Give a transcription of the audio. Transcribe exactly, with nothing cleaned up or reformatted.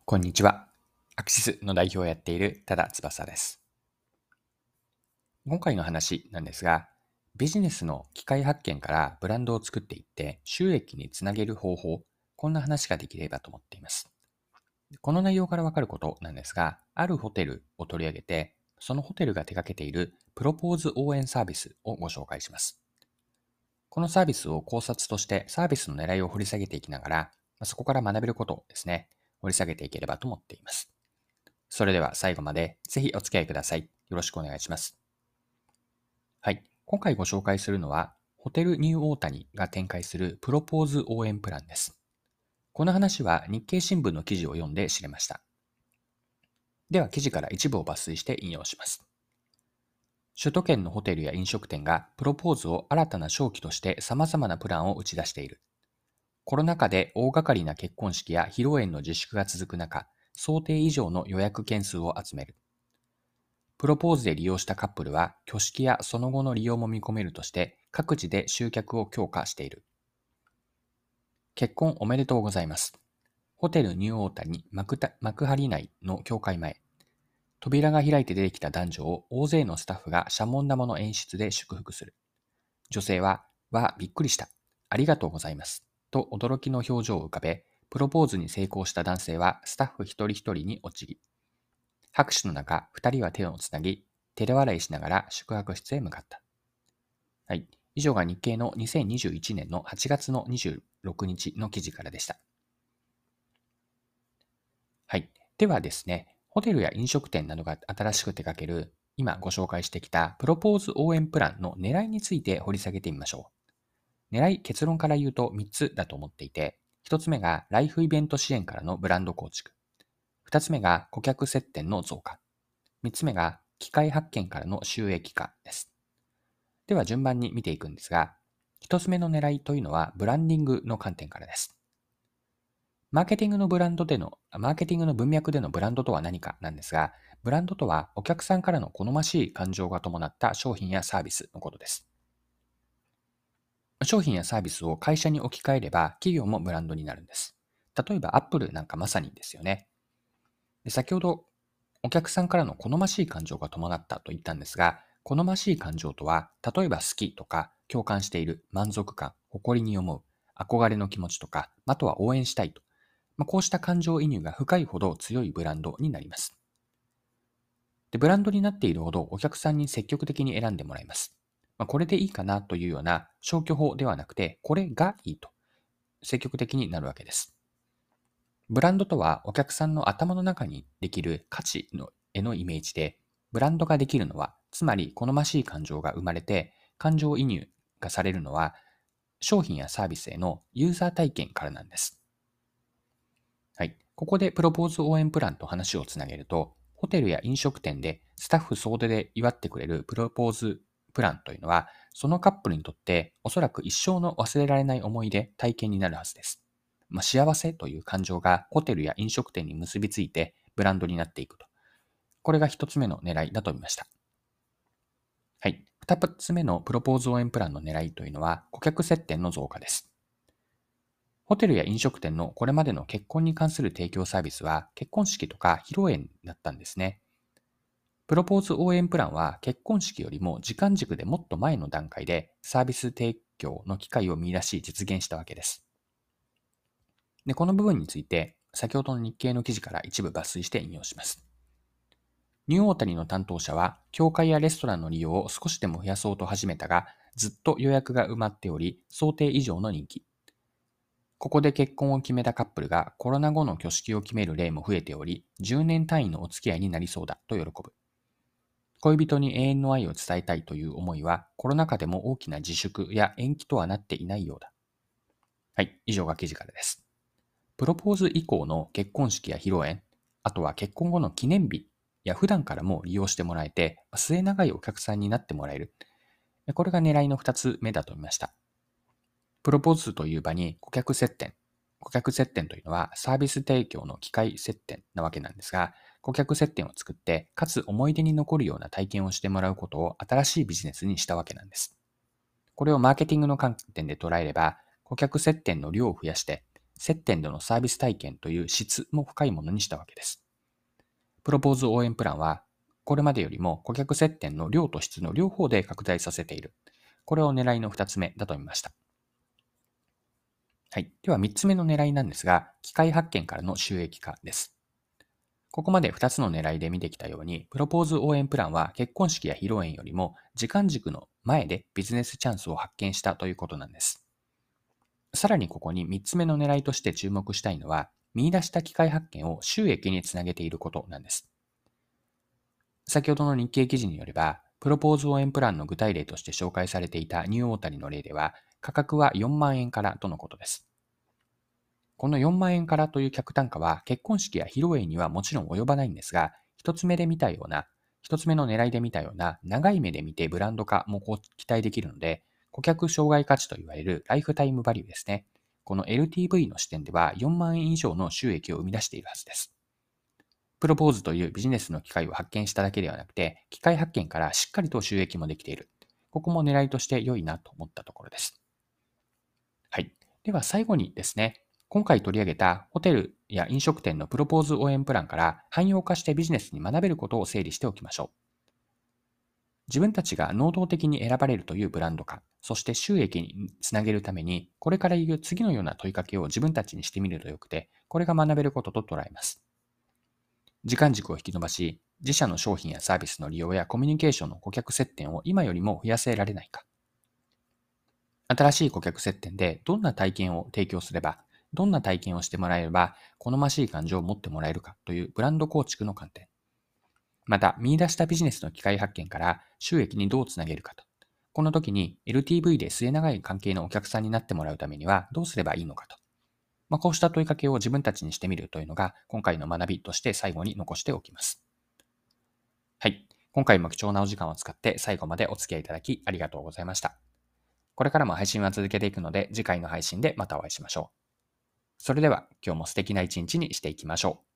こんにちは。アクシスの代表をやっている多田翼です。今回の話なんですが、ビジネスの機械発見からブランドを作っていって収益につなげる方法、こんな話ができればと思っています。この内容からわかることなんですが、あるホテルを取り上げて、そのホテルが手掛けているプロポーズ応援サービスをご紹介します。このサービスを考察としてサービスの狙いを掘り下げていきながら、そこから学べることをですね、掘り下げていければと思っています。それでは最後までぜひお付き合いください。よろしくお願いします。はい。今回ご紹介するのは、ホテルニューオータニが展開するプロポーズ応援プランです。この話は日経新聞の記事を読んで知れました。では記事から一部を抜粋して引用します。首都圏のホテルや飲食店がプロポーズを新たな商機として様々なプランを打ち出している。コロナ禍で大掛かりな結婚式や披露宴の自粛が続く中、想定以上の予約件数を集める。プロポーズで利用したカップルは、挙式やその後の利用も見込めるとして、各自で集客を強化している。結婚おめでとうございます。ホテルニューオータニ幕た幕張内の教会前。扉が開いて出てきた男女を大勢のスタッフがシャモン玉の演出で祝福する。女性は、わ、びっくりした。ありがとうございます。と驚きの表情を浮かべ、プロポーズに成功した男性はスタッフ一人一人に落ちり、拍手の中、二人は手をつなぎ、照れ笑いしながら宿泊室へ向かった。はい。以上が日経のにせんにじゅういちねんのはちがつのにじゅうろくにちの記事からでした。はい。ではですね、ホテルや飲食店などが新しく手掛ける、今ご紹介してきたプロポーズ応援プランの狙いについて掘り下げてみましょう。狙い、結論から言うとみっつだと思っていて、ひとつめがライフイベント支援からのブランド構築。ふたつめが顧客接点の増加。みっつめが機械発見からの収益化です。では順番に見ていくんですが、一つ目の狙いというのはブランディングの観点からです。マーケティングのブランドでの、マーケティングの文脈でのブランドとは何かなんですが、ブランドとはお客さんからの好ましい感情が伴った商品やサービスのことです。商品やサービスを会社に置き換えれば企業もブランドになるんです。例えばアップルなんかまさにですよね。で先ほどお客さんからの好ましい感情が伴ったと言ったんですが、好ましい感情とは、例えば好きとか共感している、満足感、誇りに思う、憧れの気持ちとか、あとは応援したいと。まあ、こうした感情移入が深いほど強いブランドになります。で、ブランドになっているほどお客さんに積極的に選んでもらいます。まあ、これでいいかなというような消去法ではなくて、これがいいと積極的になるわけです。ブランドとはお客さんの頭の中にできる価値のへのイメージで、ブランドができるのは、つまり好ましい感情が生まれて、感情移入がされるのは、商品やサービスへのユーザー体験からなんです。はい。ここでプロポーズ応援プランと話をつなげると、ホテルや飲食店でスタッフ総出で祝ってくれるプロポーズプランというのは、そのカップルにとっておそらく一生の忘れられない思い出、体験になるはずです。まあ、幸せという感情がホテルや飲食店に結びついてブランドになっていくと。これが一つ目の狙いだと見ました。はい。二つ目のプロポーズ応援プランの狙いというのは顧客接点の増加です。ホテルや飲食店のこれまでの結婚に関する提供サービスは結婚式とか披露宴だったんですね。プロポーズ応援プランは結婚式よりも時間軸でもっと前の段階でサービス提供の機会を見出し実現したわけです。で、この部分について先ほどの日経の記事から一部抜粋して引用します。ニューオータニの担当者は、教会やレストランの利用を少しでも増やそうと始めたが、ずっと予約が埋まっており、想定以上の人気。ここで結婚を決めたカップルがコロナ後の挙式を決める例も増えており、じゅうねん単位のお付き合いになりそうだと喜ぶ。恋人に永遠の愛を伝えたいという思いは、コロナ禍でも大きな自粛や延期とはなっていないようだ。はい、以上が記事からです。プロポーズ以降の結婚式や披露宴、あとは結婚後の記念日や普段からも利用してもらえて、末永いお客さんになってもらえる。これが狙いの二つ目だと思いました。プロポーズという場に顧客接点。顧客接点というのはサービス提供の機械接点なわけなんですが、顧客接点を作って、かつ思い出に残るような体験をしてもらうことを新しいビジネスにしたわけなんです。これをマーケティングの観点で捉えれば、顧客接点の量を増やして、 接点でのサービス体験という質も深いものにしたわけです。プロポーズ応援プランは、これまでよりも顧客接点の量と質の両方で拡大させている。これを狙いの二つ目だと見ました。はい。では三つ目の狙いなんですが、機械発見からの収益化です。ここまでふたつの狙いで見てきたように、プロポーズ応援プランは結婚式や披露宴よりも時間軸の前でビジネスチャンスを発見したということなんです。さらにここにみっつめの狙いとして注目したいのは、見出した機械発見を収益につなげていることなんです。先ほどの日経記事によれば、プロポーズ応援プランの具体例として紹介されていたニューオータニの例では、価格はよんまんえんからとのことです。このよんまんえんからという客単価は結婚式や披露宴にはもちろん及ばないんですが、一つ目で見たような、一つ目の狙いで見たような長い目で見てブランド化も期待できるので、顧客障害価値といわれるライフタイムバリューですね。この エルティーブイ の視点ではよんまんえん以上の収益を生み出しているはずです。プロポーズというビジネスの機会を発見しただけではなくて、機械発見からしっかりと収益もできている。ここも狙いとして良いなと思ったところです。はい。では最後にですね、今回取り上げたホテルや飲食店のプロポーズ応援プランから汎用化してビジネスに学べることを整理しておきましょう。自分たちが能動的に選ばれるというブランド化、そして収益につなげるために、これから言う次のような問いかけを自分たちにしてみるとよくて、これが学べることと捉えます。時間軸を引き伸ばし、自社の商品やサービスの利用やコミュニケーションの顧客接点を今よりも増やせられないか。新しい顧客接点でどんな体験を提供すれば、どんな体験をしてもらえれば、好ましい感情を持ってもらえるかというブランド構築の観点。また、見出したビジネスの機会発見から収益にどうつなげるかと。この時に エルティーブイ で末長い関係のお客さんになってもらうためにはどうすればいいのかと。まあ、こうした問いかけを自分たちにしてみるというのが今回の学びとして最後に残しておきます。はい。今回も貴重なお時間を使って最後までお付き合いいただきありがとうございました。これからも配信は続けていくので次回の配信でまたお会いしましょう。それでは今日も素敵な一日にしていきましょう。